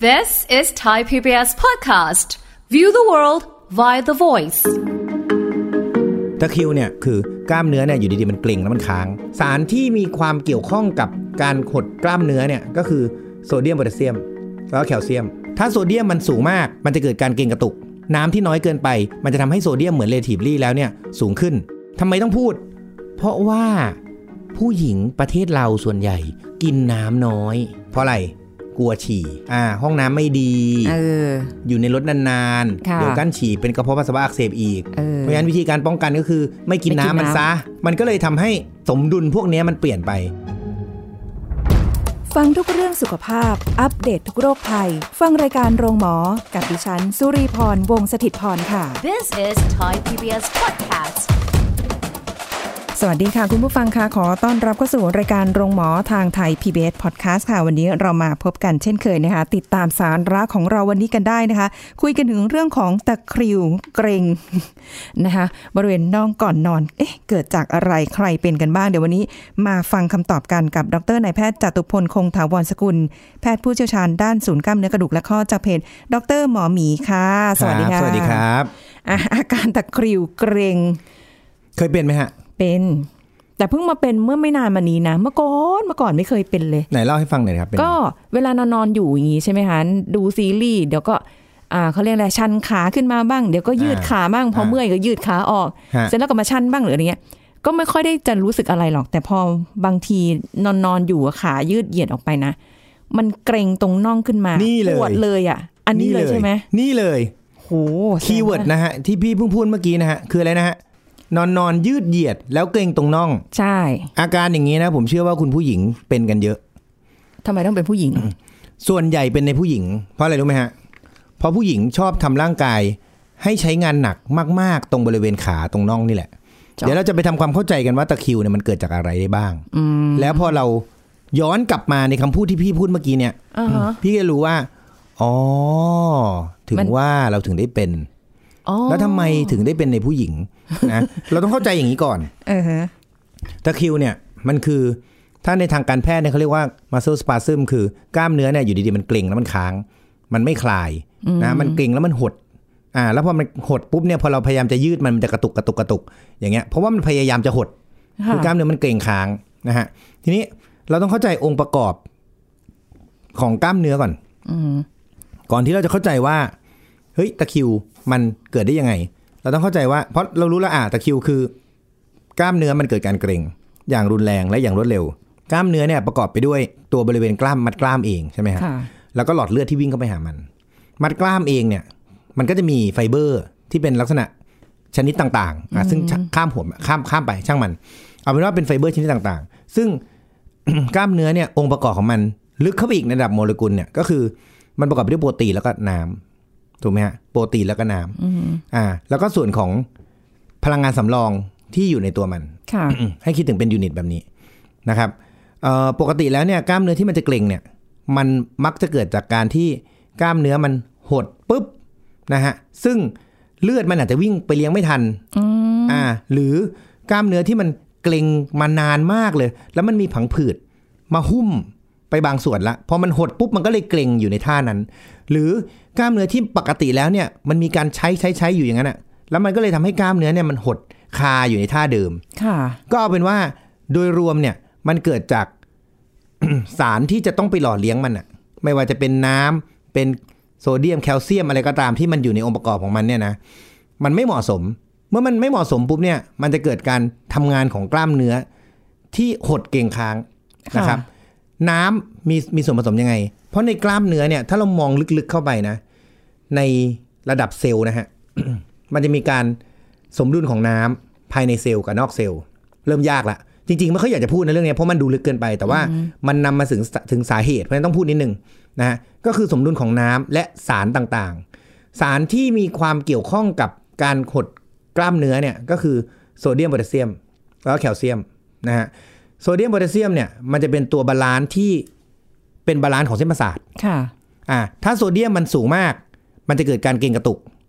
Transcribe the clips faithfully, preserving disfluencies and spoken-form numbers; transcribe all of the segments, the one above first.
This is Thai พี บี เอส podcast. View the world via the voice. ตะคริวเนี่ยคือกล้ามเนื้อเนี่ยอยู่ดีๆมันเกร็งแล้วมันค้างสารที่มีความเกี่ยวข้องกับการหดกล้ามเนื้อเนี่ยก็คือโซเดียมโพแทสเซียมแล้วก็แคลเซียมถ้าโซเดียมมันสูงมากมันจะเกิดการเกร็งกระตุกน้ำที่น้อยเกินไปมันจะทำให้โซเดียมเหมือน relatively แล้วเนี่ยสูงขึ้นทำไมต้องพูดเพราะว่าผู้หญิงประเทศเราส่วนใหญ่กินน้ำน้อยเพราะอะไรกลัวฉี่อ่าห้องน้ำไม่ดีเอออยู่ในรถนานๆเดี๋ยวกั้นฉี่เป็นกระเพาะปัสสาวะอักเสบอีกเออเพราะฉะนั้นวิธีการป้องกันก็คือไม่กินน้ำมันซะมันก็เลยทำให้สมดุลพวกนี้มันเปลี่ยนไปฟังทุกเรื่องสุขภาพอัปเดต ท, ทุกโรคภัยฟังรายการโรงหมอกับดิฉันสุรีพรวงศ์สถิตย์พรค่ะ This is Thai พี บี เอส podcast สวัสดีค่ะคุณผู้ฟังค่ะขอต้อนรับเข้าสู่รายการโรงหมอทางไทย พี บี เอส Podcast ค่ะวันนี้เรามาพบกันเช่นเคยนะคะติดตามสาระของเราวันนี้กันได้นะคะคุยกันถึงเรื่องของตะคริวเกร็งนะคะบริเวณน่องก่อนนอนเอ๊ะเกิดจากอะไรใครเป็นกันบ้างเดี๋ยววันนี้มาฟังคำตอบกันกับดรนายแพทย์จตุพลคงถาวรสกุลแพทย์ผู้เชี่ยวชาญด้านศูนย์กล้ามเนื้อกระดูกและข้อจากเพจดรหมอหมีค่ะสวัสดีค่ะสวัสดีครับอ่ะอาการตะคริวเกร็งเคยเป็นไหมฮะเป็นแต่เพิ่งมาเป็นเมื่อไม่นานมานี้นะเมื่อก่อนเมื่อก่อนไม่เคยเป็นเลยไหนเล่าให้ฟังหน่อยครับก็เวลานอนๆอยู่อย่างงี้ใช่ไหมคะดูซีรีส์เดี๋ยวก็อ่าเขาเรียกอะไรชันขาขึ้นมาบ้างเดี๋ยวก็ยืดขาบ้างพอเมื่อยก็ยืดขาออกเสร็จแล้วก็มาชันบ้างหรืออะไรเงี้ยก็ไม่ค่อยได้จะรู้สึกอะไรหรอกแต่พอบางทีนอนๆอยู่ขายืดเหยียดออกไปนะมันเกร็งตรงน่องขึ้นมาปวดเลยอ่ะอันนี้เลยใช่ไหมนี่เลยโหคีย์เวิร์ดนะฮะที่พี่เพิ่งพูดเมื่อกี้นะฮะคืออะไรนะฮะนอนนอนยืดเหยียดแล้วเกร็งตรงน่องใช่อาการอย่างนี้นะผมเชื่อว่าคุณผู้หญิงเป็นกันเยอะทำไมต้องเป็นผู้หญิงส่วนใหญ่เป็นในผู้หญิงเพราะอะไรรู้ไหมฮะเพราะผู้หญิงชอบทำร่างกายให้ใช้งานหนักมากๆตรงบริเวณขาตรงน่องนี่แหละเดี๋ยวเราจะไปทำความเข้าใจกันว่าตะคริวเนี่ยมันเกิดจากอะไรได้บ้างแล้วพอเราย้อนกลับมาในคำพูดที่พี่พูดเมื่อกี้เนี่ย uh-huh. พี่ก็รู้ว่าอ๋อถึงว่าเราถึงได้เป็นแล้วทำไมถึงได้เป็นในผู้หญิงนะ เราต้องเข้าใจอย่างนี้ก่อน uh-huh. ตะคริวเนี่ยมันคือถ้าในทางการแพทย์เนี่ยเขาเรียกว่า muscle spasm คือกล้ามเนื้อเนี่ยอยู่ดีๆมันเกร็งแล้วมันค้างมันไม่คลายนะมันเกร็งแล้วมันหดอ่าแล้วพอมันหดปุ๊บเนี่ยพอเราพยายามจะยืดมันมันจะกระตุกกระตุกกระตุกอย่างเงี้ยเพราะว่ามันพยายามจะหด uh-huh. คือกล้ามเนื้อมันเกร็งค้างนะฮะทีนี้เราต้องเข้าใจองค์ประกอบของกล้ามเนื้อก่อน uh-huh. ก่อนที่เราจะเข้าใจว่าเฮ้ยตะคริวมันเกิดได้ยังไงเราต้องเข้าใจว่าเพราะเรารู้แล้วอ่ะตะคริวคือกล้ามเนื้อมันเกิดการเกร็งอย่างรุนแรงและอย่างรวดเร็วกล้ามเนื้อเนี่ยประกอบไปด้วยตัวบริเวณกล้ามมัดกล้ามเองใช่ไหมฮะแล้วก็หลอดเลือดที่วิ่งเข้าไปหามันมัดกล้ามเองเนี่ยมันก็จะมีไฟเบอร์ที่เป็นลักษณะชนิดต่างๆอ่ะซึ่งข้ามหัวข้ามข้ามไปช่างมันเอาเป็นว่าเป็นไฟเบอร์ชนิดต่างๆซึ่ง กล้ามเนื้อเนี่ยองค์ประกอบของมันลึกเข้าไปอีกในระดับโมเลกุลเนี่ยก็คือมันประกอบไปด้วยโปรตีนแล้วก็น้ำถูกไหมฮะโปรตีนแล้วก็น้ำอ่าแล้วก็ส่วนของพลังงานสำรองที่อยู่ในตัวมัน ให้คิดถึงเป็นยูนิตแบบนี้นะครับปกติแล้วเนี่ยกล้ามเนื้อที่มันจะเกร็งเนี่ยมันมักจะเกิดจากการที่กล้ามเนื้อมันหดปุ๊บนะฮะซึ่งเลือดมันอาจจะวิ่งไปเลี้ยงไม่ทันอ่าหรือกล้ามเนื้อที่มันเกร็งมานานมากเลยแล้วมันมีผังผืดมาหุ้มไปบางส่วนละพอมันหดปุ๊บมันก็เลยเกร็งอยู่ในท่านั้นหรือกล้ามเนื้อที่ปกติแล้วเนี่ยมันมีการใช้ใช้ใช้อยู่อย่างนั้นอ่ะแล้วมันก็เลยทำให้กล้ามเนื้อเนี่ยมันหดคาอยู่ในท่าเดิมก็เอาเป็นว่าโดยรวมเนี่ยมันเกิดจาก สารที่จะต้องไปหล่อเลี้ยงมันอ่ะไม่ว่าจะเป็นน้ำเป็นโซเดียมแคลเซียมอะไรก็ตามที่มันอยู่ในองค์ประกอบของมันเนี่ยนะมันไม่เหมาะสมเมื่อมันไม่เหมาะสมปุ๊บเนี่ยมันจะเกิดการทำงานของกล้ามเนื้อที่หดเกร็งค้างนะครับน้ำมีมีส่วนผสมยังไงเพราะในกล้ามเนื้อเนี่ยถ้าเรามองลึกๆเข้าไปนะในระดับเซลล์นะฮะ มันจะมีการสมดุลของน้ำภายในเซลล์กับนอกเซลล์เริ่มยากละจริงๆไม่ค่อยอยากจะพูดในเรื่องนี้เพราะมันดูลึกเกินไปแต่ว่ามันนำมาถึงถึงสาเหตุเพราะฉะนั้นต้องพูดนิดนึงนะฮะก็คือสมดุลของน้ำและสารต่างๆสารที่มีความเกี่ยวข้องกับการหดกล้ามเนื้อเนี่ยก็คือโซเดียมโพแทสเซียมแล้วก็แคลเซียมนะฮะโซเดียมโพแทสเซียมเนี่ยมันจะเป็นตัวบาลานซ์ที่เป็นบาลานซ์ของเส้นประสาทค่ะอ่าถ้าโซเดียมมันสูงมากมันจะเกิดการเกร็งกระตุก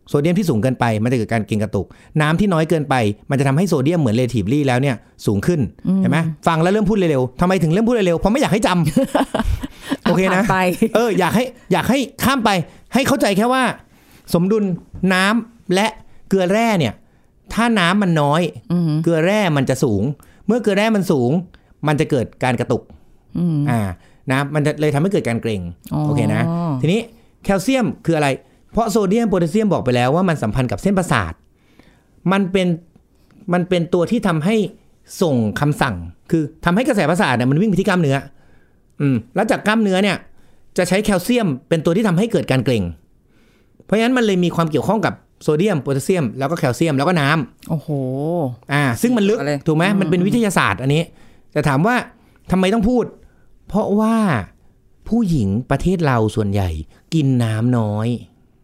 โซเดียมที่สูงเกินไปมันจะเกิดการเกร็งกระตุกน้ำที่น้อยเกินไปมันจะทำให้โซเดียมเหมือน relatively แล้วเนี่ยสูงขึ้นเห็นไหมฟังแล้วเริ่มพูดเร็วๆทำไมถึงเริ่มพูดเร็วๆเพราะไม่อยากให้จำ โอเคนะเอออยากให้อยากให้ข้ามไปให้เข้าใจแค่ว่าสมดุลน้ำและเกลือแร่เนี่ยถ้าน้ำมันน้อยเกลือแร่มันจะสูงเมื่อเกลือแร่มันสูงมันจะเกิดการกระตุกอ่านะมันจะเลยทำให้เกิดการเกร็งโอเคนะทีนี้แคลเซียมคืออะไรเพราะโซเดียมโพแทสเซียมบอกไปแล้วว่ามันสัมพันธ์กับเส้นประสาทมันเป็นมันเป็นตัวที่ทำให้ส่งคำสั่งคือทำให้กระแสประสาทเนี่ยมันวิ่งไปที่กล้ามเนื้ออืมแล้วจากกล้ามเนื้อเนี่ยจะใช้แคลเซียมเป็นตัวที่ทำให้เกิดการเกร็งเพราะฉะนั้นมันเลยมีความเกี่ยวข้องกับโซเดียมโพแทสเซียมแล้วก็แคลเซียมแล้วก็น้ำโอ้โหอ่าซึ่งมันลึกถูกไหมมันเป็นวิทยาศาสตร์อันนี้แต่ถามว่าทำไมต้องพูดเพราะว่าผู้หญิงประเทศเราส่วนใหญ่กินน้ำน้อย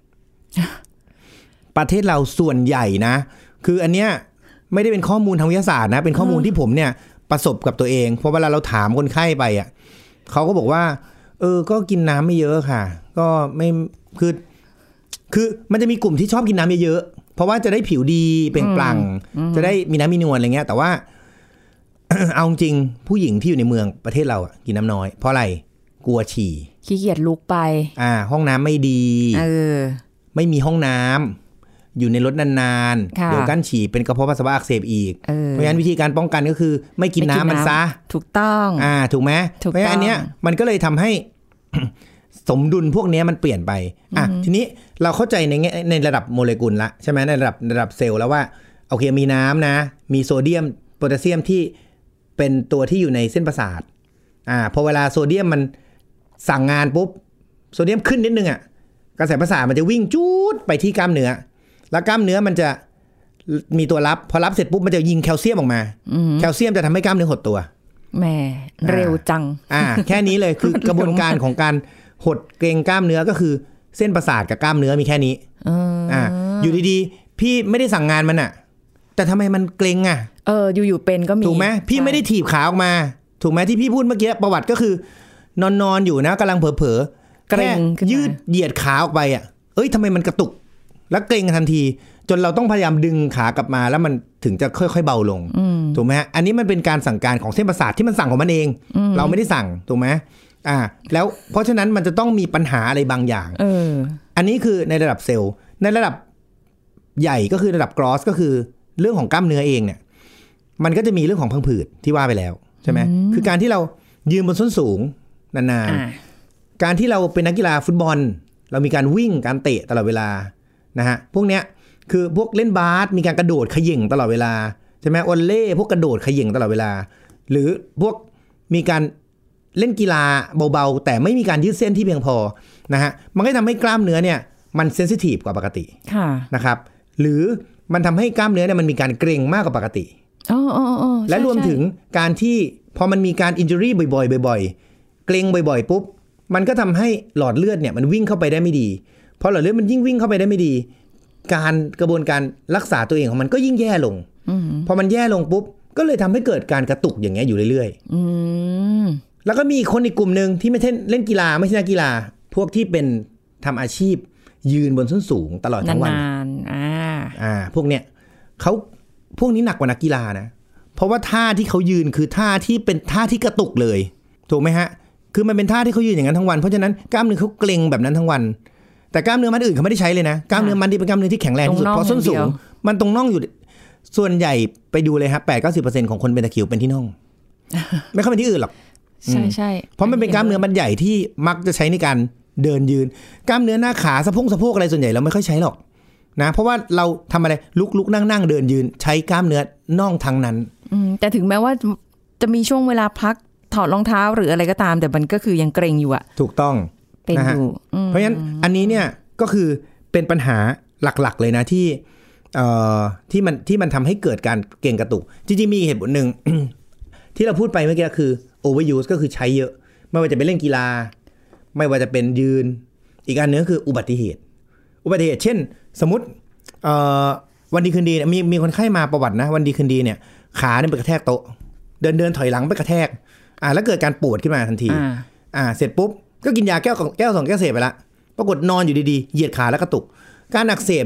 ประเทศเราส่วนใหญ่นะคืออันเนี้ยไม่ได้เป็นข้อมูลทางวิทยาศาสตร์นะเป็นข้อมูลที่ผมเนี่ยประสบกับตัวเองเพราะเวลาเราถามคนไข้ไปอ่ะเขาก็บอกว่าเออก็กินน้ำไม่เยอะค่ะก็ไม่คือคือมันจะมีกลุ่มที่ชอบกินน้ำเยอะๆเพราะว่าจะได้ผิวดีเปล่งปลั่งจะได้มีน้ำมีนวลอะไรเงี้ยแต่ว่า เอาจริงผู้หญิงที่อยู่ในเมืองประเทศเราอ่ะกินน้ำน้อยเพราะอะไรกลัวฉี่ขี้เกียจลุกไปอ่าห้องน้ำไม่ดีเออไม่มีห้องน้ำอยู่ในรถนานๆเดี๋ยวกั้นฉี่เป็นกระเพาะปัสสาวะอักเสบอีก เ, เพราะฉะนั้นวิธีการป้องกันก็คือไม่กินน้ำมันซะถูกต้องอ่าถูกไหมเพราะฉะนั้นอันเนี้ยมันก็เลยทำให้ สมดุลพวกนี้มันเปลี่ยนไปอ่ะทีนี้เราเข้าใจในในระดับโมเลกุลละใช่ไหมในระดับระดับเซลล์แล้วว่าโอเคมีน้ำนะมีโซเดียมโพแทสเซียมที่เป็นตัวที่อยู่ในเส้นประสาทอ่าพอเวลาโซเดียมมันสั่งงานปุ๊บโซเดียมขึ้นนิดนึงอ่ะกระแสประสาทมันจะวิ่งจู๊ดไปที่กล้ามเนื้อแล้วกล้ามเนื้อมันจะมีตัวรับพอรับเสร็จปุ๊บมันจะยิงแคลเซียมออกมาแคลเซียมจะทำให้กล้ามเนื้อหดตัวแหมเร็วจังอ่าแค่นี้เลยคือกระบวนการของการหดเกร็งกล้ามเนื้อก็คือเส้นประสาทกับกล้ามเนื้อมีแค่นี้อ่าอยู่ดีๆพี่ไม่ได้สั่งงานมันอ่ะแต่ทำไมมันเกร็งอ่ะเอออยู่ๆเป็นก็มีถูกไหมพี่ไม่ได้ถีบขาออกมาถูกไหมที่พี่พูดเมื่อกี้ประวัติก็คือนอนนอนอยู่นะกำลังเผลอๆแค่ยืดเหยียดขาออกไปอ่ะเอ้ยทำไมมันกระตุกแล้วเกร็งทันทีจนเราต้องพยายามดึงขากลับมาแล้วมันถึงจะค่อยๆเบาลงถูกไหมฮะอันนี้มันเป็นการสั่งการของเส้นประสาทที่มันสั่งของมันเองเราไม่ได้สั่งถูกไหมอ่าแล้วเพราะฉะนั้นมันจะต้องมีปัญหาอะไรบางอย่างเอออันนี้คือในระดับเซลล์ในระดับใหญ่ก็คือระดับกรอสก็คือเรื่องของกล้ามเนื้อเองเนี่ยมันก็จะมีเรื่องของพังผืดที่ว่าไปแล้วใช่ไหมคือการที่เรายืนบนส้นสูงนานๆการที่เราเป็นนักกีฬาฟุตบอลเรามีการวิ่งการเตะตลอดเวลานะฮะพวกเนี้ยคือพวกเล่นบาสมีการกระโดดเขย่งตลอดเวลาใช่ไหมวอลเลย์พวกกระโดดเขย่งตลอดเวลาหรือพวกมีการเล่นกีฬาเบาๆแต่ไม่มีการยืดเส้นที่เพียงพอนะฮะมันก็ทำให้กล้ามเนื้อเนี่ยมันเซนซิทีฟกว่าปกตินะครับหรือมันทำให้กล้ามเนื้อเนี่ยมันมีการเกร็งมากกว่าปกติอ๋ออ๋ออ๋อและรวมถึงการที่พอมันมีการอินจูรี่บ่อยๆบ่อยๆเกร็งบ่อยๆปุ๊บมันก็ทำให้หลอดเลือดเนี่ยมันวิ่งเข้าไปได้ไม่ดีพอหลอดเลือดมันยิ่งวิ่งเข้าไปได้ไม่ดีการกระบวนการรักษาตัวเองของมันก็ยิ่งแย่ลงพอมันแย่ลงปุ๊บก็เลยทำให้เกิดการกระตุกอย่างเงี้ยอยู่เรื่อยๆแล้วก็มีคนอีกกลุ่มนึงที่ไม่ใช่เล่นกีฬาไม่ใช่นักกีฬาพวกที่เป็นทำอาชีพยืนบนส้นสูงตลอดทั้งวันนานๆอ่าอ่าพวกเนี้ยเขาพวกนี้หนักกว่านักกีฬานะเพราะว่าท่าที่เขายืนคือท่าที่เป็นท่าที่กระตุกเลยถูกไหมฮะคือมันเป็นท่าที่เขายืนอย่างนั้นทั้งวันเพราะฉะนั้นกล้ามเนื้อเขาเกร็งแบบนั้นทั้งวันแต่กล้ามเนื้อมันอื่นเขาไม่ได้ใช้เลยนะกล้ามเนื้อมันที่เป็นกล้ามเนื้อที่แข็งแรงที่สุดเพราะส้นสูงมันตรงน่องอยู่ส่วนใหญ่ไปดูเลยครับแปดเก้าสิบเปอร์เซ็นต์ของคนเป็นตะคริวเป็นที่น่องไม่เข้าไปที่อื่นหรอกใช่ใช่เพราะมันเป็นกล้ามเนื้อมันใหญ่ที่มักจะใช้ในการเดินยืนกล้ามเนื้อหน้าขาสะโพกสะโพกอะไรส่วนใหญ่เราไม่ค่อยใช้หรอกนะเพราะว่าเราทำอะไรลุกลุกนั่งนั่งเดินยืนใช้กล้ามเนื้อน่องทั้งนั้นแต่ถึงแม้ว่าจะมีช่วงเวลาพักถอดรองเท้าหรืออะไรก็ตามแต่มันก็คือยังเกร็งอยู่อะถูกต้องเป็นอยู่เพราะฉะนั้นอันนี้เนี่ยก็คือเป็นปัญหาหลักๆเลยนะที่เอ่อที่มันที่มันทำให้เกิดการเกร็งกระตุกจริงๆมีเหตุผลหนึ่ง ที่เราพูดไปเมื่อกี้คือ overuse ก็คือใช้เยอะไม่ว่าจะเป็นเล่นกีฬาไม่ว่าจะเป็นยืนอีกอันนึงคืออุบัติเหตุอุบัติเหตุเช่นสมมติวันดีคืนดีมีมีคนไข้มาประวัตินะวันดีคืนดีเนี่ยขาเนี่ยไปกระแทกโต๊ะเดินเดินถอยหลังไปกระแทกอ่าแล้วเกิดการปวดขึ้นมาทันทีอ่าเสร็จปุ๊บก็กินยาแก้วแก้วสองแก้วเสพไปละปรากฏนอนอยู่ดีๆเหยียดขาแล้วกระตุกการอักเสบเนี่ย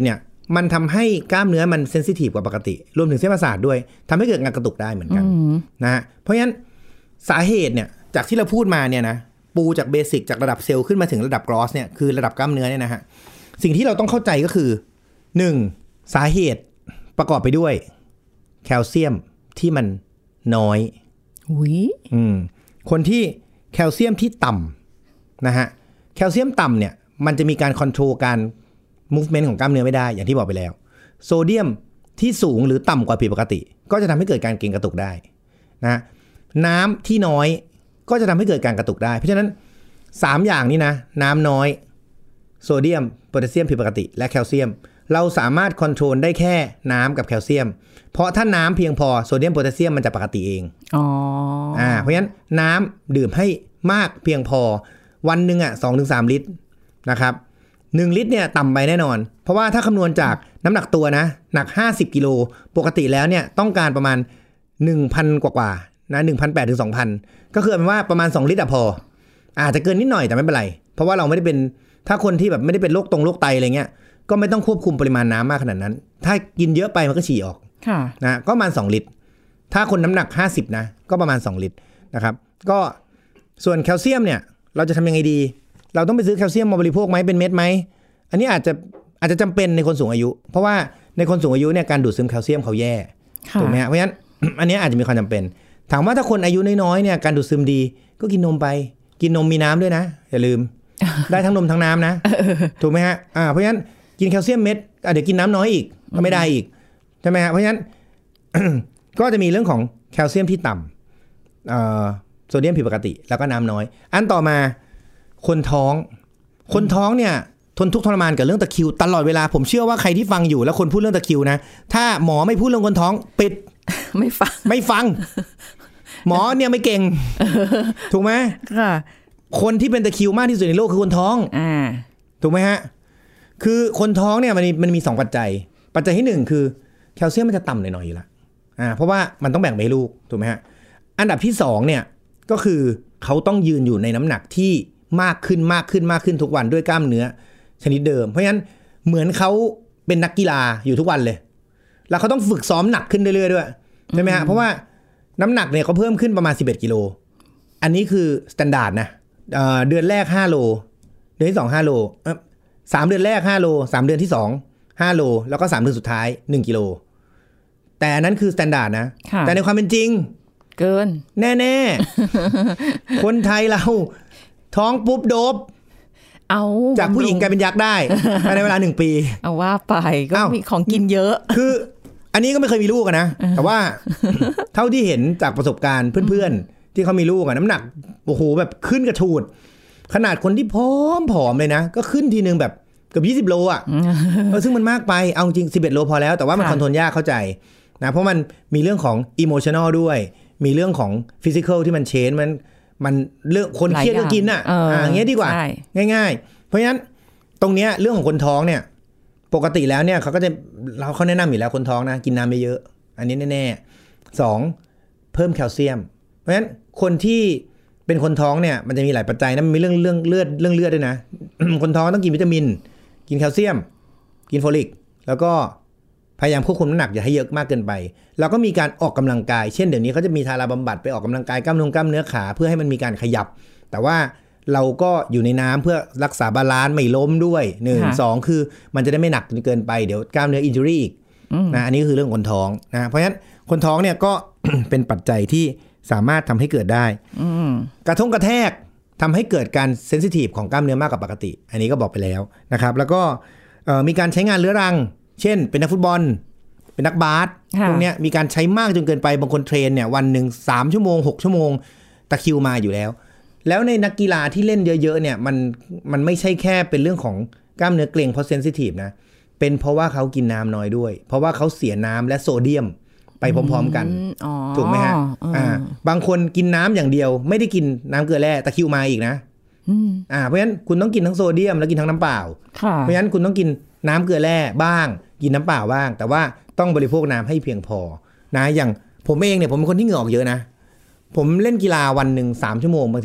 มันทำให้กล้ามเนื้อมันเซนซิทีฟกว่าปกติรวมถึงเส้นประสาทด้วยทำให้เกิดการกระตุกได้เหมือนกันนะฮะเพราะฉะนั้นสาเหตุเนี่ยจากที่เราพูดมาเนี่ยนะปูจากเบสิกจากระดับเซลล์ขึ้นมาถึงระดับกรอสเนี่ยคือระดับกล้ามเนื้อเนี่ยนะฮะสิ่งที่เราต้องเข้าใจก็คือหนึ่งสาเหตุประกอบไปด้วยแคลเซียมที่มันน้อยอุ้ยอืมคนที่แคลเซียมที่ต่ำนะฮะแคลเซียมต่ำเนี่ยมันจะมีการคอนโทรลการ movement ของกล้ามเนื้อไม่ได้อย่างที่บอกไปแล้วโซเดียมที่สูงหรือต่ำกว่าผิดปกติก็จะทำให้เกิดการเกร็งกระตุกได้นะน้ำที่น้อยก็จะทำให้เกิดการกระตุกได้เพราะฉะนั้นสามอย่างนี้นะน้ำน้อยโซเดียมโพแทสเซียมผิดปกติและแคลเซียมเราสามารถคอนโทรลได้แค่น้ำกับแคลเซียมเพราะถ้าน้ำเพียงพอโซเดียมโพแทสเซียมมันจะปกติเองอ๋ออ่าเพราะฉะนั้นน้ำดื่มให้มากเพียงพอวันหนึ่งอ่ะ สองถึงสาม ลิตรนะครับหนึ่งลิตรเนี่ยต่ำไปแน่นอนเพราะว่าถ้าคำนวณจากน้ำหนักตัวนะหนักห้าสิบกิโลปกติแล้วเนี่ยต้องการประมาณ หนึ่งพัน กว่าๆนะ หนึ่งพันแปดร้อย ถึง สองพัน ก็คือเป็นว่าประมาณสองลิตรอ่ะพออาจจะเกินนิดหน่อยแต่ไม่เป็นไรเพราะว่าเราไม่ได้เป็นถ้าคนที่แบบไม่ได้เป็นโรคตรงโรคไตอะไรเงี้ยก็ไม่ต้องควบคุมปริมาณน้ำมากขนาดนั้นถ้ากินเยอะไปมันก็ฉี่ออกนะก็ประมาณสองลิตรถ้าคนน้ำหนักห้าสิบนะก็ประมาณสองลิตรนะครับก็ส่วนแคลเซียมเนี่ยเราจะทำยังไงดีเราต้องไปซื้อแคลเซียมมาบริโภคไหมเป็นเม็ดไหมอันนี้อาจจะอาจจะจำเป็นในคนสูงอายุเพราะว่าในคนสูงอายุเนี่ยการดูดซึมแคลเซียมเขาแย่ถูกไหมฮะเพราะฉะนั้น อันนี้อาจจะมีความจำเป็นถามว่าถ้าคนอายุน้อยๆเนี่ยการดูดซึมดีก็กินนมไปกินนมมีน้ำด้วยนะอย่าลืม ได้ทั้งนมทั้งน้ำนะ ถูกไหมฮะอ่าเพราะฉะนั้นกินแคลเซียมเม็ดเดี๋ยวกินน้ำน้อยอีกก็ไม่ได้อีกใช่ไหมฮะเพราะฉะนั้น ก็จะมีเรื่องของแคลเซียมที่ต่ำโซเดียมผิดปกติแล้วก็น้ำน้อยอันต่อมาคนท้องคนท้องเนี่ยทนทุกข์ทรมานกับเรื่องตะคริวตลอดเวลาผมเชื่อว่าใครที่ฟังอยู่แล้วคนพูดเรื่องตะคริวนะถ้าหมอไม่พูดเรื่องคนท้องปิดไม่ฟังไม่ฟัง หมอเนี่ยไม่เก่ง ถูกไหมค่ะคนที่เป็นตะคริวมากที่สุดในโลกคือคนท้องอ่าถูกไหมฮะคือคนท้องเนี่ยมันมีมันมีสองปัจจัยปัจจัยที่หนึ่งคือแคลเซียมมันจะต่ำหน่อยๆอยู่แล้วอ่าเพราะว่ามันต้องแบ่งไปให้ลูกถูกไหมฮะอันดับที่สองเนี่ยก็คือเขาต้องยืนอยู่ในน้ำหนักที่มากขึ้นมากขึ้นมากขึ้นทุกวันด้วยกล้ามเนื้อชนิดเดิมเพราะฉะนั้นเหมือนเขาเป็นนักกีฬาอยู่ทุกวันเลยแล้วเขาต้องฝึกซ้อมหนักขึ้นเรื่อยๆด้วยใช่ไหมฮะเพราะว่าน้ำหนักเนี่ยเขาเพิ่มขึ้นประมาณสิบเอ็ดกิโลอันนี้คือสแตนดาร์ดนะเอ่อเดือนแรกห้าโลเดือนที่สองห้าโลเอ่อสามเดือนแรกห้าโลสามเดือนที่สองห้าโลแล้วก็สามเดือนสุดท้ายหนึ่งกิโลแต่อันนั้นคือสแตนดาร์ดนะแต่ในความเป็นจริงเกินแน่ๆ คนไทยเราท้องปุ๊บโดบเอาจากผู้หญิงกลายเป็นยักษ์ได้ภายในเวลาหนึ่งปีเอาว่าไปก็มีของกินเยอะคืออันนี้ก็ไม่เคยมีลูกนะ แต่ว่าเท่าที่เห็นจากประสบการณ์เพื่อนๆที่เขามีลูกอะน้ำหนักโอ้โหแบบขึ้นกระฉูดขนาดคนที่ผอมผอมเลยนะก็ขึ้นทีนึงแบบเกือบยี่สิบโลอ่ะเออซึ่งมันมากไปเอาจริงสิบเอ็ดโลพอแล้วแต่ว่ามันคอนโทรลยากเข้าใจนะเพราะมันมีเรื่องของอิโมชันนอลด้วยมีเรื่องของฟิสิกอลที่มันเชนมันมันเรื่องคนเครียดก็กินอ่ะอ่าอย่างเงี้ยดีกว่าง่ายๆเพราะฉะนั้นตรงเนี้ยเรื่องของคนท้องเนี่ยปกติแล้วเนี่ยเขาก็จะเราเขาแนะนำอยู่แล้วคนท้องนะกินน้ำไม่เยอะอันนี้แน่ๆสองเพิ่มแคลเซียมเพราะฉะนั้นคนที่เป็นคนท้องเนี่ยมันจะมีหลายปัจจัยนะมันมีเรื่องเรื่องเลือดเรื่องเลือดด้วยนะ คนท้องต้องกินวิตามินกินแคลเซียมกินโฟลิกแล้วก็พยายามควบคุมน้ำหนักอย่าให้เยอะมากเกินไปแล้วก็มีการออกกำลังกายเช่นเดี๋ยวนี้เขาจะมีทาราบำบัดไปออกกำลังกายกล้ามเนื้อกล้ามเนื้อขาเพื่อให้มันมีการขยับแต่ว่าเราก็อยู่ในน้ำเพื่อรักษาบาลานซ์ไม่ล้มด้วยหนึ่งสองคือมันจะได้ไม่หนักจนเกินไปเดี๋ยวกล้ามเนื้ออินจูรี่อีกนะอันนี้คือเรื่องคนท้องนะเพราะฉะนั้นคนท้องเนี่ยก็ เป็นปัจจัยที่สามารถทำให้เกิดได้กระทงกระแทกทำให้เกิดการเซนซิทีฟของกล้ามเนื้อมากกว่าปกติอันนี้ก็บอกไปแล้วนะครับแล้วก็มีการใช้งานเรื้อรังเช่นเป็นนักฟุตบอลเป็นนักบาสพวกนี้มีการใช้มากจนเกินไปบางคนเทรนเนี่ยวันหนึ่งสามชั่วโมงหกชั่วโมงตะคริวมาอยู่แล้วแล้วในนักกีฬาที่เล่นเยอะๆเนี่ยมันมันไม่ใช่แค่เป็นเรื่องของกล้ามเนื้อเกร็งเพราะเซนซิทีฟนะเป็นเพราะว่าเขากินน้ำน้อยด้วยเพราะว่าเขาเสียน้ำและโซเดียมไปพร้อมๆกันถูกไหมฮะอ่าบางคนกินน้ำอย่างเดียวไม่ได้กินน้ำเกลือแร่ตะคริวมาอีกนะอ่าเพราะฉะนั้นคุณต้องกินทั้งโซเดียมและกินทั้งน้ำเปล่าเพราะฉะนั้นคุณต้องกินน้ำเกลือแร่บ้างกินน้ำเปล่าบ้างแต่ว่าต้องบริโภคน้ำให้เพียงพอนะอย่างผมเองเนี่ยผมเป็นคนที่เหงื่อออกเยอะนะผมเล่นกีฬาวันหนึ่งสามชั่วโมงบางที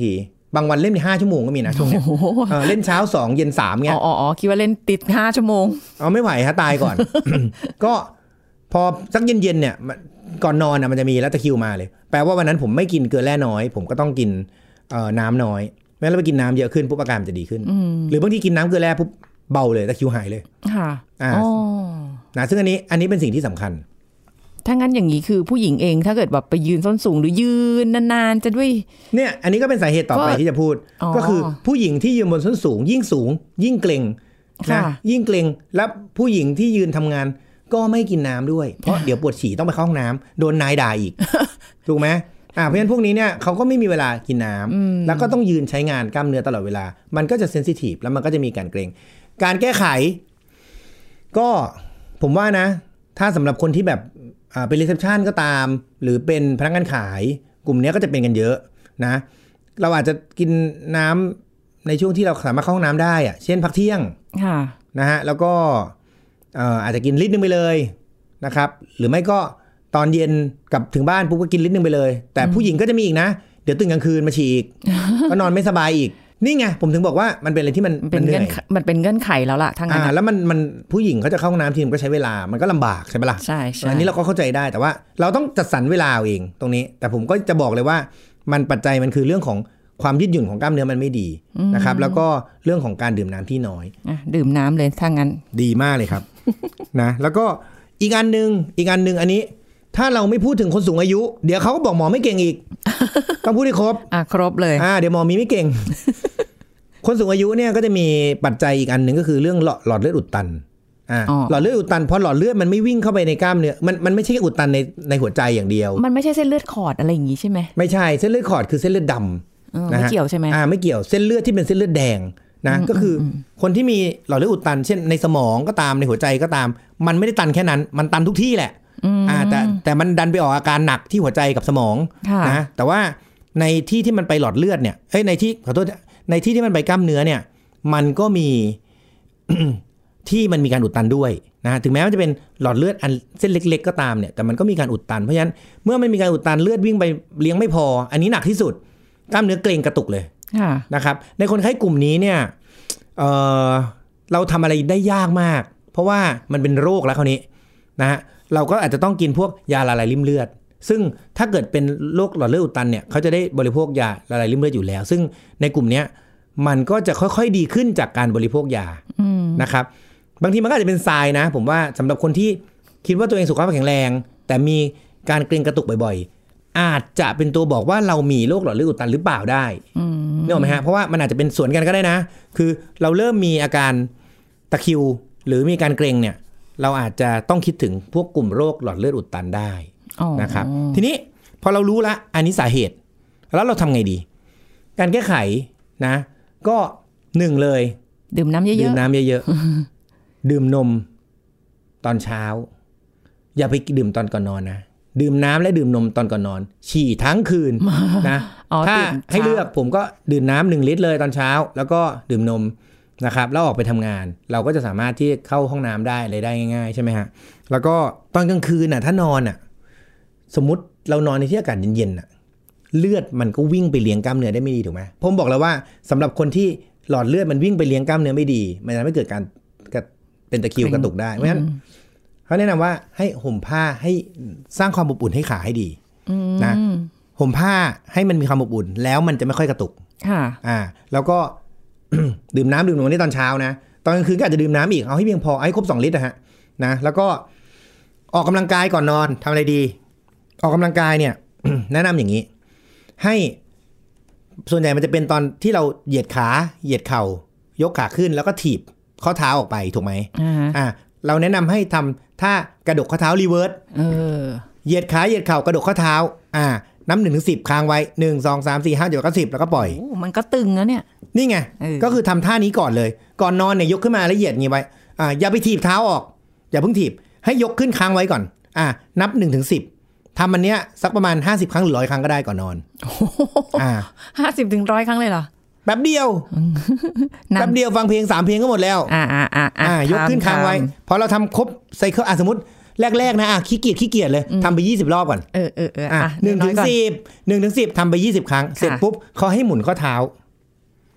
บางวันเล่นห้าชั่วโมงก็มีนะช่วงนี้เล่นเช้าสองเย็นสามเงี้ยอ๋อๆคิดว่าเล่นติดห้าชั่วโมงอ๋อไม่ไหวฮะตายก่อน ก็พอสักเย็นๆเนี่ยก่อนนอนน่ะมันจะมีแล้วตะคริวมาเลยแปลว่าวันนั้นผมไม่กินเกลือแร่น้อยผมก็ต้องกินเอ่อน้ำน้อยแม้เราไปกินน้ำเยอะขึ้นปุ๊บอาการมันจะดีขึ้นหรือบางทีกินน้ำเกลือแร่ปุ๊บเบาเลยตะคริวหายเลยค่ะอ่านะซึ่งอันนี้อันนี้เป็นสิ่งที่สำคัญถ้างั้นอย่างนี้คือผู้หญิงเองถ้าเกิดแบบไปยืนส้นสูงหรือยืนนานๆจะด้วยเนี่ยอันนี้ก็เป็นสาเหตุต่อไปที่จะพูดก็คือผู้หญิงที่ยืนบนส้นสูงยิ่งสูงยิ่งเกร็งนะยิ่งเกร็งแล้วผู้หญิงที่ยืนทำงานก็ไม่กินน้ำด้วยเพราะเดี๋ยวปวดฉี่ต้องไปเข้าห้องน้ำโดนนายด่าอีกถูกไหมอ่าเพราะฉะนั้นพวกนี้เนี่ยเขาก็ไม่มีเวลากินน้ำแล้วก็ต้องยืนใช้งานกล้ามเนื้อตลอดเวลามันก็จะเซนซิทีฟแล้วมันก็จะมีการเกร็งการแก้ไขก็ผมว่านะถ้าสำหรับคนที่แบบเป็นรีเซพชันก็ตามหรือเป็นพนักงานขายกลุ่มนี้ก็จะเป็นกันเยอะนะเราอาจจะกินน้ำในช่วงที่เราสามารถเข้าห้องน้ำได้อะเช่นพักเที่ยงนะฮะแล้วก็อาจจะกินลิตรนึงไปเลยนะครับหรือไม่ก็ตอนเย็นกลับถึงบ้านปุ๊บก็กินลิตรนึงไปเลยแต่ผู้หญิงก็จะมีอีกนะเดี๋ยวตื่นกลางคืนมาฉี่อีก ก็นอนไม่สบายอีกนี่ไงผมถึงบอกว่ามันเป็นอะไรที่มันเป็นเงื่อนมันเป็นเงื่อนไขแล้วล่ะทั้งนั้นแล้วมันมันผู้หญิงเขาจะเข้าห้องน้ำทีมันก็ใช้เวลามันก็ลำบากใช่ไหมล่ะใช่ใช่อันนี้เราก็เข้าใจได้แต่ว่าเราต้องจัดสรรเวลาเองตรงนี้แต่ผมก็จะบอกเลยว่ามันปัจจัยมันคือเรื่องของความยืดหยุ่นของกล้ามเนื้อมันไม่ดีนะครับแล้วก็เรื่องของการดื่มน้ำที่น้อยดื่มน้ำเลยถ้างั้นดีมากเลยครับ นะแล้วก็อีกอันนึงอีกอันนึงอันนี้ถ้าเราไม่พูดถึงคนสูงอายุเดี๋ยวเขาก็บอกหมอไม่เก่งอีก ต้องพูดให้ครบอ่ะครบเลยอ่าเดี๋ยวหมอมีไม่เก่ง คนสูงอายุเนี่ยก็จะมีปัจจัยอีกอันนึงก็คือเรื่องหลอดเลือดอุดตันอ่าหลอดเลือดอุดตันเพราะหลอดเลือดมันไม่วิ่งเข้าไปในกล้ามเนื้อมันมันไม่ใช่แค่อุดตันในในหัวใจอย่างเดียวมันไม่ใช่เส้นเลือดขอดอะไรอย่างงี้ใช่ไหมไม่ใช่เส้นเลือดขอดคือเส้นเลือดดำนะไม่เกี่ยวใช่ไหมอ่าไม่เกี่ยวเส้นเลือดที่เป็นเส้นเลือดแดงนะก็คือคนที่มีหลอดเลือดอุดตันเช่นในสมองก็ตามในหัวใจก็ตามมันไม่ได้ตันแค่นั้นมันตันทุกที่แหละอ่าแต่แต่มันดันไปออกอาการหนักที่หัวใจกับสมองนะแต่ว่าในที่ที่มันไปหลอดเลือดเนี่ยเอ้ยในที่ขอโทษในที่ที่มันไปกล้ามเนื้อเนี่ยมันก็มี ที่มันมีการอุดตันด้วยนะถึงแม้ว่าจะเป็นหลอดเลือดอันเส้นเล็กๆก็ตามเนี่ยแต่มันก็มีการอุดตันเพราะฉะนั้นเมื่อมันมีการอุดตันเลือดวิ่งไปเลี้ยงไม่พออันนี้หนักที่สุดกล้ามเนื้อเกร็งกระตุกเลยนะครับในคนไข้กลุ่มนี้เนี่ย เอ่อ เราทำอะไรได้ยากมากเพราะว่ามันเป็นโรคแล้วคราวนี้นะฮะเราก็อาจจะต้องกินพวกยาละลายริ่มเลือดซึ่งถ้าเกิดเป็นโรคหลอดเลือดอุดตันเนี่ยเขาจะได้บริโภคยาละลายริ่มเลือดอยู่แล้วซึ่งในกลุ่มนี้มันก็จะค่อยๆดีขึ้นจากการบริโภคยานะครับบางทีมันก็อาจจะเป็นทรายนะผมว่าสำหรับคนที่คิดว่าตัวเองสุขภาพแข็งแรงแต่มีการเกร็งกระตุกบ่อยๆอาจจะเป็นตัวบอกว่าเรามีโรคหลอดเลือดอุดตันหรือเปล่าได้นึกออกไหมฮะเพราะว่ามันอาจจะเป็นสวนกันก็ได้นะคือเราเริ่มมีอาการตะคริวหรือมีการเกร็งเนี่ยเราอาจจะต้องคิดถึงพวกกลุ่มโรคหลอดเลือดอุดตันได้นะครับทีนี้พอเรารู้ละอันนี้สาเหตุแล้วเราทำไงดีการแก้ไขนะก็หนึ่งเลยดื่มน้ำเยอะๆดื่มน้ำเยอะๆดื่มนมตอนเช้าอย่าไปดื่มตอนก่อนนอนนะดื่มน้ำและดื่มนมตอนก่อนนอนฉี่ทั้งคืนนะถ้าให้เลือกผมก็ดื่มน้ำหนึ่งลิตรเลยตอนเช้าแล้วก็ดื่มนมนะครับแล้วออกไปทำงานเราก็จะสามารถที่เข้าห้องน้ำได้อะไรได้ง่ายๆใช่ไหมฮะแล้วก็ตอนกลางคืนน่ะถ้านอนน่ะสมมุติเรานอนในที่อากาศเย็นๆน่ะเลือดมันก็วิ่งไปเลี้ยงกล้ามเนื้อได้ไม่ดีถูกไหมผมบอกแล้วว่าสำหรับคนที่หลอดเลือดมันวิ่งไปเลี้ยงกล้ามเนื้อไม่ดีมันจะทำให้เกิดการเป็นตะคริวกระตุกได้เพราะฉะนั้นเขาแนะนำว่าให้ห่มผ้าให้สร้างความอบอุ่นให้ขาให้ดีนะห่มผ้าให้มันมีความอบอุ่นแล้วมันจะไม่ค่อยกระตุกอ่าแล้วก็ ดื่มน้ำดื่มนมในตอนเช้านะตอนกลางคืนก็อาจจะดื่มน้ำอีกเอาให้เพียงพอให้ครบสองลิตรนะฮะนะแล้วก็ออกกำลังกายก่อนนอนทำอะไรดีออกกำลังกายเนี่ย แนะนำอย่างนี้ให้ส่วนใหญ่มันจะเป็นตอนที่เราเหยียดขาเหยียดเข่ายกขาขึ้นแล้วก็ถีบข้อเท้าออกไปถูกไหม uh-huh. อ่าเราแนะนำให้ทำท่ากระดกข้อเท้ารีเวิร์สเหยียดขาเหยียดเข่ากระดกข้อเท้าอ่านับหนึ่งถึงสิบค้างไว้หนึ่งสองสามสี่ห้าเดี๋ยวก็สิบแล้วก็ปล่อยโอ้มันก็ตึงแล้วเนี่ยนี่ไงก็คือทำท่านี้ก่อนเลยก่อนนอนเนี่ยยกขึ้นมาแล้วเหยียดงี้ไว้อ่าอย่าไปถีบเท้าออกอย่าเพิ่งถีบให้ยกขึ้นค้างไว้ก่อนอ่านับหนึ่งถึงสิบทำมันเนี้ยสักประมาณห้าสิบครั้งหรือร้อยครั้งก็ได้ก่อนนอนอ่าห้าสิบถึงร้อยครั้งเลยเหรอแป๊บเดียวแป๊บเดียวฟังเพลงสามเพลงก็หมดแล้วอ่าอ่าอ่าอ่ายกขึ้นค้างไว้พอเราทำครบไซเคิลอ่ะสมมติแรกๆนะอ่ะขี้เกียจขี้เกียจเลยทำไปยี่สิบรอบก่อนเออเออเอออ่ะหนึ่งถึงสิบหนึ่งถึงสิบทำไปยี่สิบครั้งเสร็จปุ๊บเขาให้หมุนข้อเท้า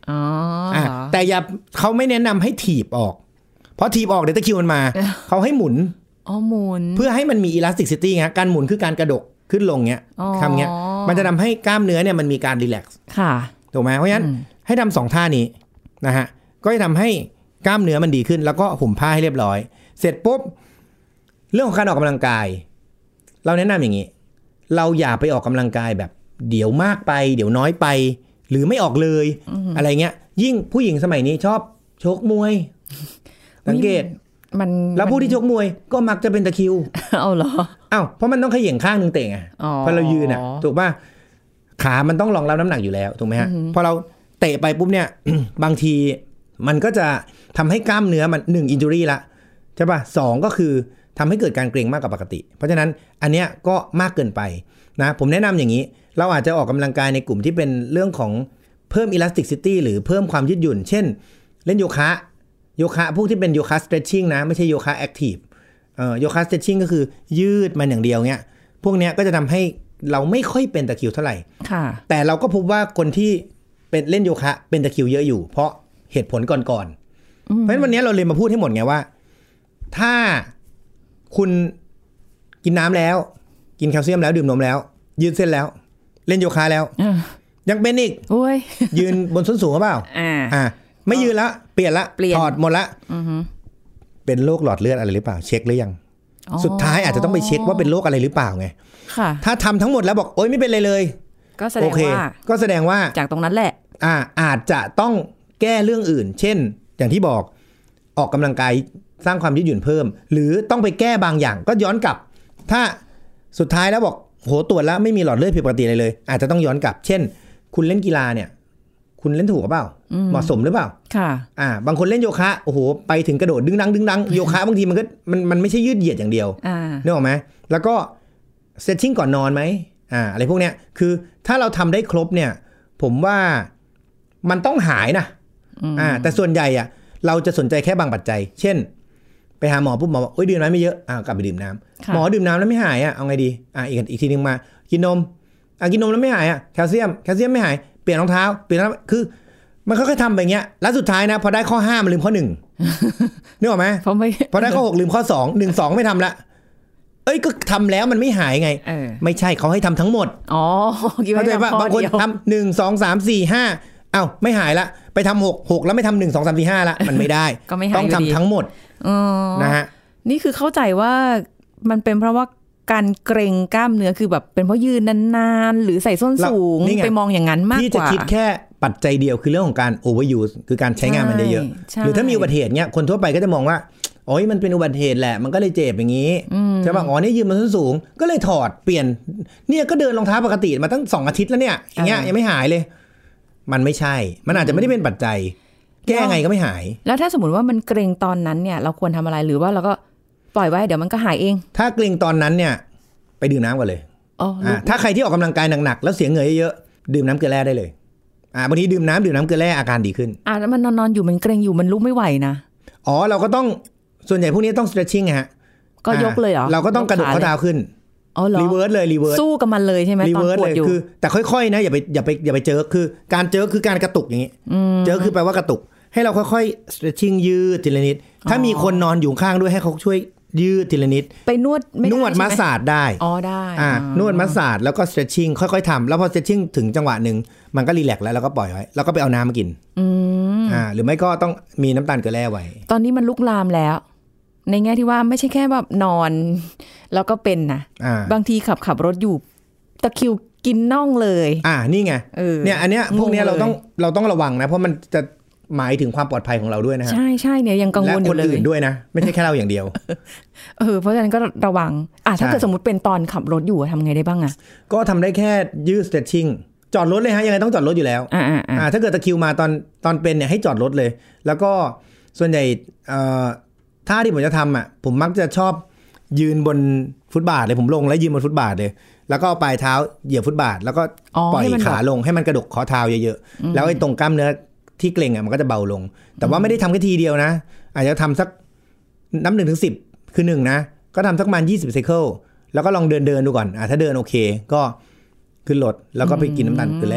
อ๋ออ่ะแต่อย่าเขาไม่แนะนำให้ถีบออกเพราะถีบออกเดี๋ยวตะคริวมันมา เขาให้หมุนอ๋อหมุนเพื่อให้มันมี elasticity ไงการหมุนคือการกระดกขึ้นลงเงี้ยทำเงี้ยมันจะทำให้กล้ามเนื้อเนี่ยมันมีการรีแลกซ์ค่ะถูกไหมเพราะฉะนั้นให้ทำสองท่านี้นะฮะก็จะทำให้กล้ามเนื้อมันดีขึ้นแล้วก็ห่มผ้าให้เรียบร้อยเสร็จปุ๊บเรื่องของการออกกำลังกายเราแนะนำอย่างนี้เราอย่าไปออกกำลังกายแบบเดี๋ยวมากไปเดี๋ยวน้อยไปหรือไม่ออกเลยอะไรเงี้ยยิ่งผู้หญิงสมัยนี้ชอบชกมวยสังเกตมันแล้วผู้ที่ชกมวยก็มักจะเป็นตะคริวเอาเหรออ้าวเพราะมันต้องเขย่งข้างนึงเตะไงพอเรายืนอ่ะถูกป่ะขามันต้องรองรับน้ำหนักอยู่แล้วถูกไหมฮะพอเราเตะไปปุ๊บเนี่ย บางทีมันก็จะทำให้กล้ามเนื้อมันหนึ่งอินจูรี่ละใช่ป่ะสองก็คือทำให้เกิดการเกร็งมากกว่าปกติเพราะฉะนั้นอันเนี้ยก็มากเกินไปนะผมแนะนำอย่างนี้เราอาจจะออกกำลังกายในกลุ่มที่เป็นเรื่องของเพิ่ม elasticity หรือเพิ่มความยืดหยุ่นเช่นเล่นโยคะโยคะพวกที่เป็นโยคะ stretching นะไม่ใช่โยคะ active เอ่อโยคะ stretching ก็คือยืดมันอย่างเดียวเนี้ยพวกเนี้ยก็จะทำให้เราไม่ค่อยเป็นตะคริวเท่าไหร่แต่เราก็พบว่าคนที่เป็นเล่นโยคะเป็นตะคริวเยอะอยู่เพราะเหตุผลก่อนๆเพราะฉะนั้นวันนี้เราเลยมาพูดให้หมดไงว่าถ้าคุณกินน้ำแล้วกินแคลเซียมแล้วดื่มนมแล้วยืดเส้นแล้วเล่นโยคะแล้วยังเป็นอีกยืนบนส้นสูงหรือเปล่าอ่าไม่ยืนละเปลี่ยนละถอดหมดละเป็นโรคหลอดเลือดอะไรหรือเปล่าเช็คหรือยังสุดท้ายอาจจะต้องไปเช็คว่าเป็นโรคอะไรหรือเปล่าไงถ้าทำทั้งหมดแล้วบอกโอ๊ยไม่เป็นไรเลยก็แสดงว่าก็แสดงว่าจากตรงนั้นแหละอ่าอาจจะต้องแก้เรื่องอื่นเช่นอย่างที่บอกออกกำลังกายสร้างความยืดหยุ่นเพิ่มหรือต้องไปแก้บางอย่างก็ย้อนกลับถ้าสุดท้ายแล้วบอกโหตรวจแล้วไม่มีหลอดเลือดผิดปกติอะไรเลยอาจจะต้องย้อนกลับเช่นคุณเล่นกีฬาเนี่ยคุณเล่นถูกหรือเปล่าเหมาะสมหรือเปล่าค่ะอ่าบางคนเล่นโยคะโอ้โหไปถึงกระโดดดึงดังดึงดังโยคะบางทีมันก็มันมันไม่ใช่ยืดเหยียดอย่างเดียวนึกออกไหมแล้วก็เซตชิ่งก่อนนอนไหมอ่าอะไรพวกเนี้ยคือถ้าเราทำได้ครบเนี่ยผมว่ามันต้องหายนะอ่าแต่ส่วนใหญ่อ่ะเราจะสนใจแค่บางปัจจัยเช่นไปหาหมอปุ๊บหมอบอกโอ๊ยดื่มน้ำไม่เยอะอ่ากลับไปดื่มน้ำหมอดื่มน้ำแล้วไม่หายอ่ะเอาไงดีอ่าอีกอีกทีนึงมากินนมอ่ะกินนมแล้วไม่หายอ่ะแคลเซียมแคลเซียมไม่หายเปลี่ยนรองเท้าเปลี่ยนคือมันค่อยๆทำไปเงี้ยแล้วสุดท้ายนะพอได้ข้อห้ามันลืมข้อหนึ่งนึกออกไหมพอไม่พอได้ข้อหกลืมข้อสองหนึ่งสองไม่ทำละเอ้ยก็ทำแล้วมันไม่หายไงไม่ใช่เขาให้ทำทั้งหมดอ๋อเข้าใจป่ะบางคนทำหนึ่งสองสามสี่ห้าอ้าวไม่หายละไปทำหกหกแล้วไม่ทำหนึ่งสองสามสี่ห้าละมันไม่ได้ต้องทำทั้งหมดนะฮะนี่คือเข้าใจว่ามันเป็นเพราะว่าการเกรงกล้ามเนื้อคือแบบเป็นเพราะยืนนานๆหรือใส่ส้นสูงไปมองอย่างนั้นมากกว่าที่จะคิดแค่ปัจจัยเดียวคือเรื่องของการ overuse คือการใช้งานมันเยอะๆหรือถ้ามีอุบัติเหตุเนี้ยคนทั่วไปก็จะมองว่าโอ้ยมันเป็นอุบัติเหตุแหละมันก็เลยเจ็บอย่างนี้ใช่ป่ะอ๋อนี่ยืนบนส้นสูงก็เลยถอดเปลี่ยนเนี่ยก็เดินรองเท้าปกติมาตั้งสองอาทิตย์แล้วเนี่ยอย่างเงี้ยยังไม่หายเลยมันไม่ใช่มันอาจจะไม่ได้เป็นปัจจัยแก้ไงก็ไม่หายแล้วถ้าสมมติว่ามันเกรงตอนนั้นเนี่ยเราควรทำอะไรหรือว่าเราก็ปล่อยไว้เดี๋ยวมันก็หายเองถ้าเกรงตอนนั้นเนี่ยไปดื่มน้ำก่อนเลยอ๋อถ้าใครที่ออกกำลังกายหนักๆแล้วเสียเหงื่อเยอะๆดื่มน้ำเกลือแร่ได้เลยอ่าบางทีดื่มน้ำดื่มน้ำเกลือแร่อาการดีขึ้นอ่าแล้วมันนอนๆอยู่มันเกรงอยู่มันลุกไม่ไหวนะอ๋อเราก็ต้องส่วนใหญ่พวกนี้ต้อง stretching ฮะก็ยกเลยเหรอเราก็ต้องกระดกข้อเท้าขึ้นอ๋อเหรอรีเวิร์สเลยรีเวิร์สสู้กับมันเลยใช่ไหมตอนปวดอยู่คือแต่ค่อยๆนะอย่าไปอย่าไปอย่าไปเจอคือการเจอคือการกระตุกอย่างนี้เจอคือแปลว่ากระตุกให้เราค่อยๆ stretching ยืดทีละนิดถ้ามีคนนอนอยู่ข้างด้วยให้เขาช่วยยืดทีละนิดไปนวดไม่ได้นวดมัสสาจได้อ๋อได้อ่านวดมัสสาจแล้วก็ stretching ค่อยๆทำแล้วพอ stretching ถึงจังหวะหนึ่งมันก็รีแลกซ์แล้วแล้วก็ปล่อยไว้แล้วก็ไปเอาน้ำมากินอ่าหรือไม่ก็ต้องมีน้ำตาลเกลือแร่ไว้ตอนนี้มันลุกลามแล้วในแง่ที่ว่าไม่ใช่แค่แบบนอนแล้วก็เป็นนะบางทีขับขับรถอยู่ตะคริวกินน่องเลยอ่านี่ไงเนี่ยอันเนี้ยพวกเนี้ยเราต้องเราต้องระวังนะเพราะมันจะหมายถึงความปลอดภัยของเราด้วยนะฮะใช่ใช่เนี่ยยังกังวลอยู่เลยและคนอื่นด้วยนะไม่ใช่แค่เราอย่างเดียวเออเพราะฉะนั้นก็ระวังอ่ะถ้าเกิดสมมติเป็นตอนขับรถอยู่ทำไงได้บ้างอ่ะก็ทำได้แค่ยืด stretching จอดรถเลยฮะยังไงต้องจอดรถอยู่แล้วอ่าอ่าถ้าเกิดตะคริวมาตอนตอนเป็นเนี่ยให้จอดรถเลยแล้วก็ส่วนใหญ่เอ่อท่าที่ผมจะทำอ่ะผมมักจะชอบยืนบนฟุตบาทเลยผมลงแล้วยืนบนฟุตบาทเลยแล้วก็ปลายเท้าเหยียบฟุตบาทแล้วก็ปล่อยขาลงให้มันกระดกข้อเท้าเยอะๆแล้วไอ้ตรงกล้ามเนื้อที่เกร็งอ่ะมันก็จะเบาลงแต่ว่าไม่ได้ทำแค่ทีเดียวนะอาจจะทำสักนับหนึ่งถึงสิบคือหนึ่งนะก็ทำสักประมาณยี่สิบไซเคิลแล้วก็ลองเดินเดินดูก่อนอ่ะถ้าเดินโอเคก็ขึ้นรถแล้วก็ไปกินน้ำตาลเกลือแร่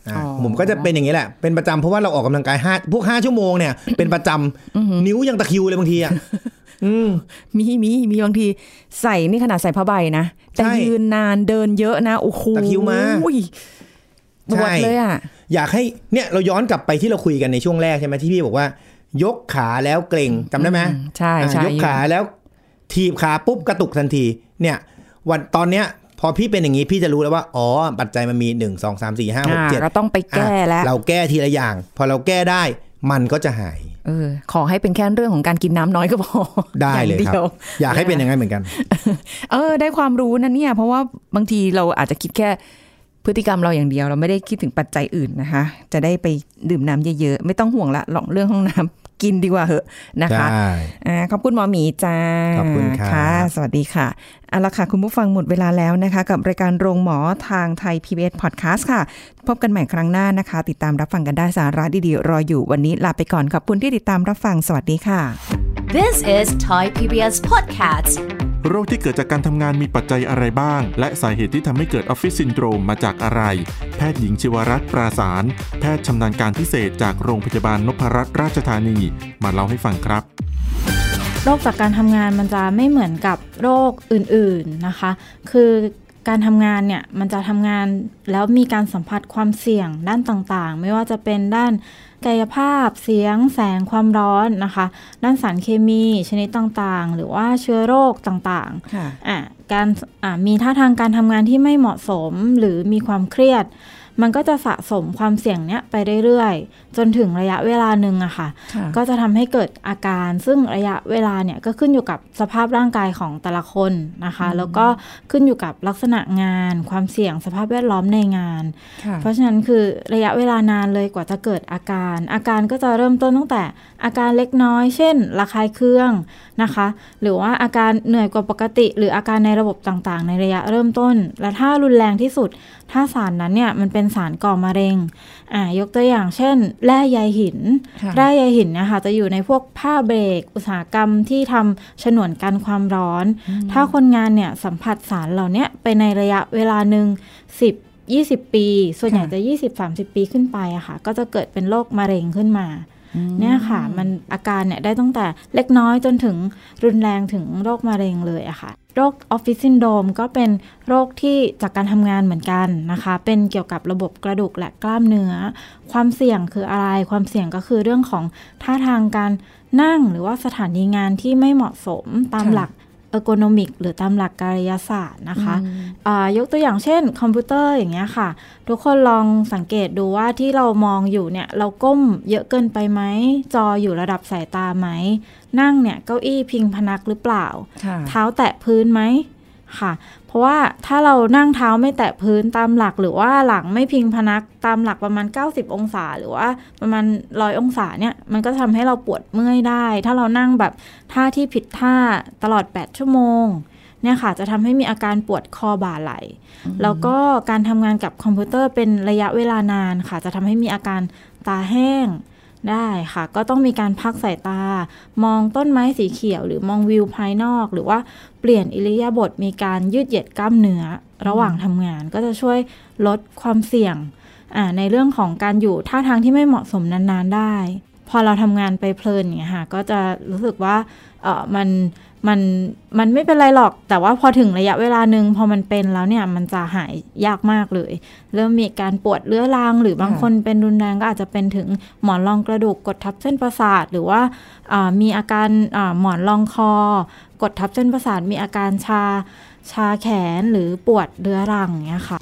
ผมก็จะเป็นอย่างนี้แหละเป็นประจำเพราะว่าเราออกกำลังกายห้าพวกห้าชั่วโมงเนี่ยเป็นประจำนิ้วยังตะคริวเลยบางทีอ่ะมีมีมีบางทีใส่นี่ขนาดใส่ผ้าใบนะแต่ยืนนานเดินเยอะนะโอ้โหตะคริวมาปวดเลยอ่ะอยากให้เนี่ยเราย้อนกลับไปที่เราคุยกันในช่วงแรกใช่ไหมที่พี่บอกว่ายกขาแล้วเกร็งจำได้ไหมใช่ใช่ยกขาแล้วถีบขาปุ๊บกระตุกทันทีเนี่ยวันตอนเนี้ยพอพี่เป็นอย่างนี้พี่จะรู้แล้วว่าอ๋อปัจจัยมันมีหนึ่ง สอง สาม สี่ ห้า หก เจ็ดก็ต้องไปแก้แล้วเราแก้ทีละอย่างพอเราแก้ได้มันก็จะหายเออขอให้เป็นแค่เรื่องของการกินน้ำน้อยก็พอได้เลยครับอยากให้เป็นอย่างนั้นเหมือนกันเออได้ความรู้นะเนี่ยเพราะว่าบางทีเราอาจจะคิดแค่พฤติกรรมเราอย่างเดียวเราไม่ได้คิดถึงปัจจัยอื่นนะคะจะได้ไปดื่มน้ำเยอะๆไม่ต้องห่วงละหลอกเรื่องห้องน้ำกินดีกว่าเหอะนะคะอ่าขอบคุณหมอหมีจ้าขอบคุณค่ะสวัสดีค่ะเอาละค่ะคุณผู้ฟังหมดเวลาแล้วนะคะกับรายการโรงหมอทางไทย พี บี เอส Podcast ค่ะพบกันใหม่ครั้งหน้านะคะติดตามรับฟังกันได้สาระดีๆรออยู่วันนี้ลาไปก่อนขอบคุณที่ติดตามรับฟังสวัสดีค่ะ This is Thai พี บี เอส Podcast โรคที่เกิดจากการทำงานมีปัจจัยอะไรบ้างและสาเหตุที่ทำให้เกิดออฟฟิศซินโดรมมาจากอะไรแพทย์หญิงชิวรัตน์ปราสารแพทย์ชำนาญการพิเศษจากโรงพยาบาลนพรัตน์ราชธานีมาเล่าให้ฟังครับโรคจากการทำงานมันจะไม่เหมือนกับโรคอื่นๆนะคะคือการทำงานเนี่ยมันจะทำงานแล้วมีการสัมผัสความเสี่ยงด้านต่างๆไม่ว่าจะเป็นด้านกายภาพเสียงแสงความร้อนนะคะด้านสารเคมีชนิดต่างๆหรือว่าเชื้อโรคต่างๆอ่ะการอ่ะมีท่าทางการทำงานที่ไม่เหมาะสมหรือมีความเครียดมันก็จะสะสมความเสี่ยงเนี้ยไปเรื่อยๆจนถึงระยะเวลาหนึ่งอะค่ะก็จะทำให้เกิดอาการซึ่งระยะเวลาเนี่ยก็ขึ้นอยู่กับสภาพร่างกายของแต่ละคนนะคะแล้วก็ขึ้นอยู่กับลักษณะงานความเสี่ยงสภาพแวดล้อมในงานเพราะฉะนั้นคือระยะเวลานานเลยกว่าจะเกิดอาการอาการก็จะเริ่มต้นตั้งแต่อาการเล็กน้อยเช่นระคายเคืองนะคะหรือว่าอาการเหนื่อยกว่าปกติหรืออาการในระบบต่างๆในระยะเริ่มต้นและถ้ารุนแรงที่สุดถ้าสารนั้นเนี่ยมันเป็นสารก่อมะเร็งอ่ายกตัวอย่างเช่นแร่ใยหินแร่ใยหินนะคะจะอยู่ในพวกผ้าเบรกอุตสาหกรรมที่ทำฉนวนกันความร้อนถ้าคนงานเนี่ยสัมผัสสารเหล่านี้ไปในระยะเวลาหนึ่งสิบ ยี่สิบปีส่วนใหญ่จะ ยี่สิบ สามสิบ ปีขึ้นไปอะค่ะก็จะเกิดเป็นโรคมะเร็งขึ้นมาเนี่ยค่ะมันอาการเนี่ยได้ตั้งแต่เล็กน้อยจนถึงรุนแรงถึงโรคมะเร็งเลยอะค่ะโรคออฟฟิศซินโดรมก็เป็นโรคที่จากการทำงานเหมือนกันนะคะเป็นเกี่ยวกับระบบกระดูกและกล้ามเนื้อความเสี่ยงคืออะไรความเสี่ยงก็คือเรื่องของท่าทางการนั่งหรือว่าสถานีงานที่ไม่เหมาะสมตามหลักเออร์โกนอมิกหรือตามหลักกายศาสตร์นะคะยกตัวอย่างเช่นคอมพิวเตอร์อย่างเงี้ยค่ะทุกคนลองสังเกตดูว่าที่เรามองอยู่เนี่ยเราก้มเยอะเกินไปไหมจออยู่ระดับสายตาไหมนั่งเนี่ยเก้าอี้พิงพนักหรือเปล่าเท้าแตะพื้นไหมค่ะเพราะว่าถ้าเรานั่งเท้าไม่แตะพื้นตามหลักหรือว่าหลังไม่พิงพนักตามหลักประมาณเก้าสิบองศาหรือว่าประมาณหนึ่งร้อยองศาเนี่ยมันก็ทำให้เราปวดเมื่อยได้ถ้าเรานั่งแบบท่าที่ผิดท่าตลอดแปดชั่วโมงเนี่ยค่ะจะทำให้มีอาการปวดคอบ่าไหล่แล้วก็การทำงานกับคอมพิวเตอร์เป็นระยะเวลานานค่ะจะทำให้มีอาการตาแห้งได้ค่ะก็ต้องมีการพักสายตามองต้นไม้สีเขียวหรือมองวิวภายนอกหรือว่าเปลี่ยนอิริยาบถมีการยืดเหยียดกล้ามเนื้อระหว่างทำงานก็จะช่วยลดความเสี่ยงอ่าในเรื่องของการอยู่ท่าทางที่ไม่เหมาะสมนานๆได้พอเราทำงานไปเพลินอย่างเงี้ยค่ะก็จะรู้สึกว่าเออมันมันมันไม่เป็นไรหรอกแต่ว่าพอถึงระยะเวลานึงพอมันเป็นแล้วเนี่ยมันจะหายยากมากเลยเริ่มมีการปวดเรื้อรังหรือบางคนเป็นรุนแรงก็อาจจะเป็นถึงหมอนรองกระดูกกดทับเส้นประสาทหรือว่ามีอาการหมอนรองคอกดทับเส้นประสาทมีอาการชาชาแขนหรือปวดเรื้อรังเงี้ยค่ะ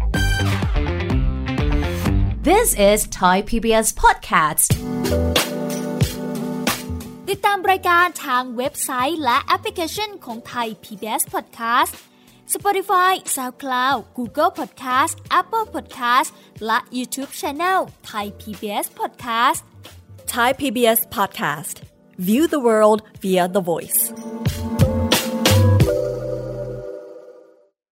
This is Thai พี บี เอส Podcast ติดตามรายการทางเว็บไซต์และแอปพลิเคชันของไทย พี บี เอส Podcast Spotify, SoundCloud, Google Podcast, Apple Podcast และ YouTube Channel Thai พี บี เอส Podcast Thai พี บี เอส Podcast View the world via the voice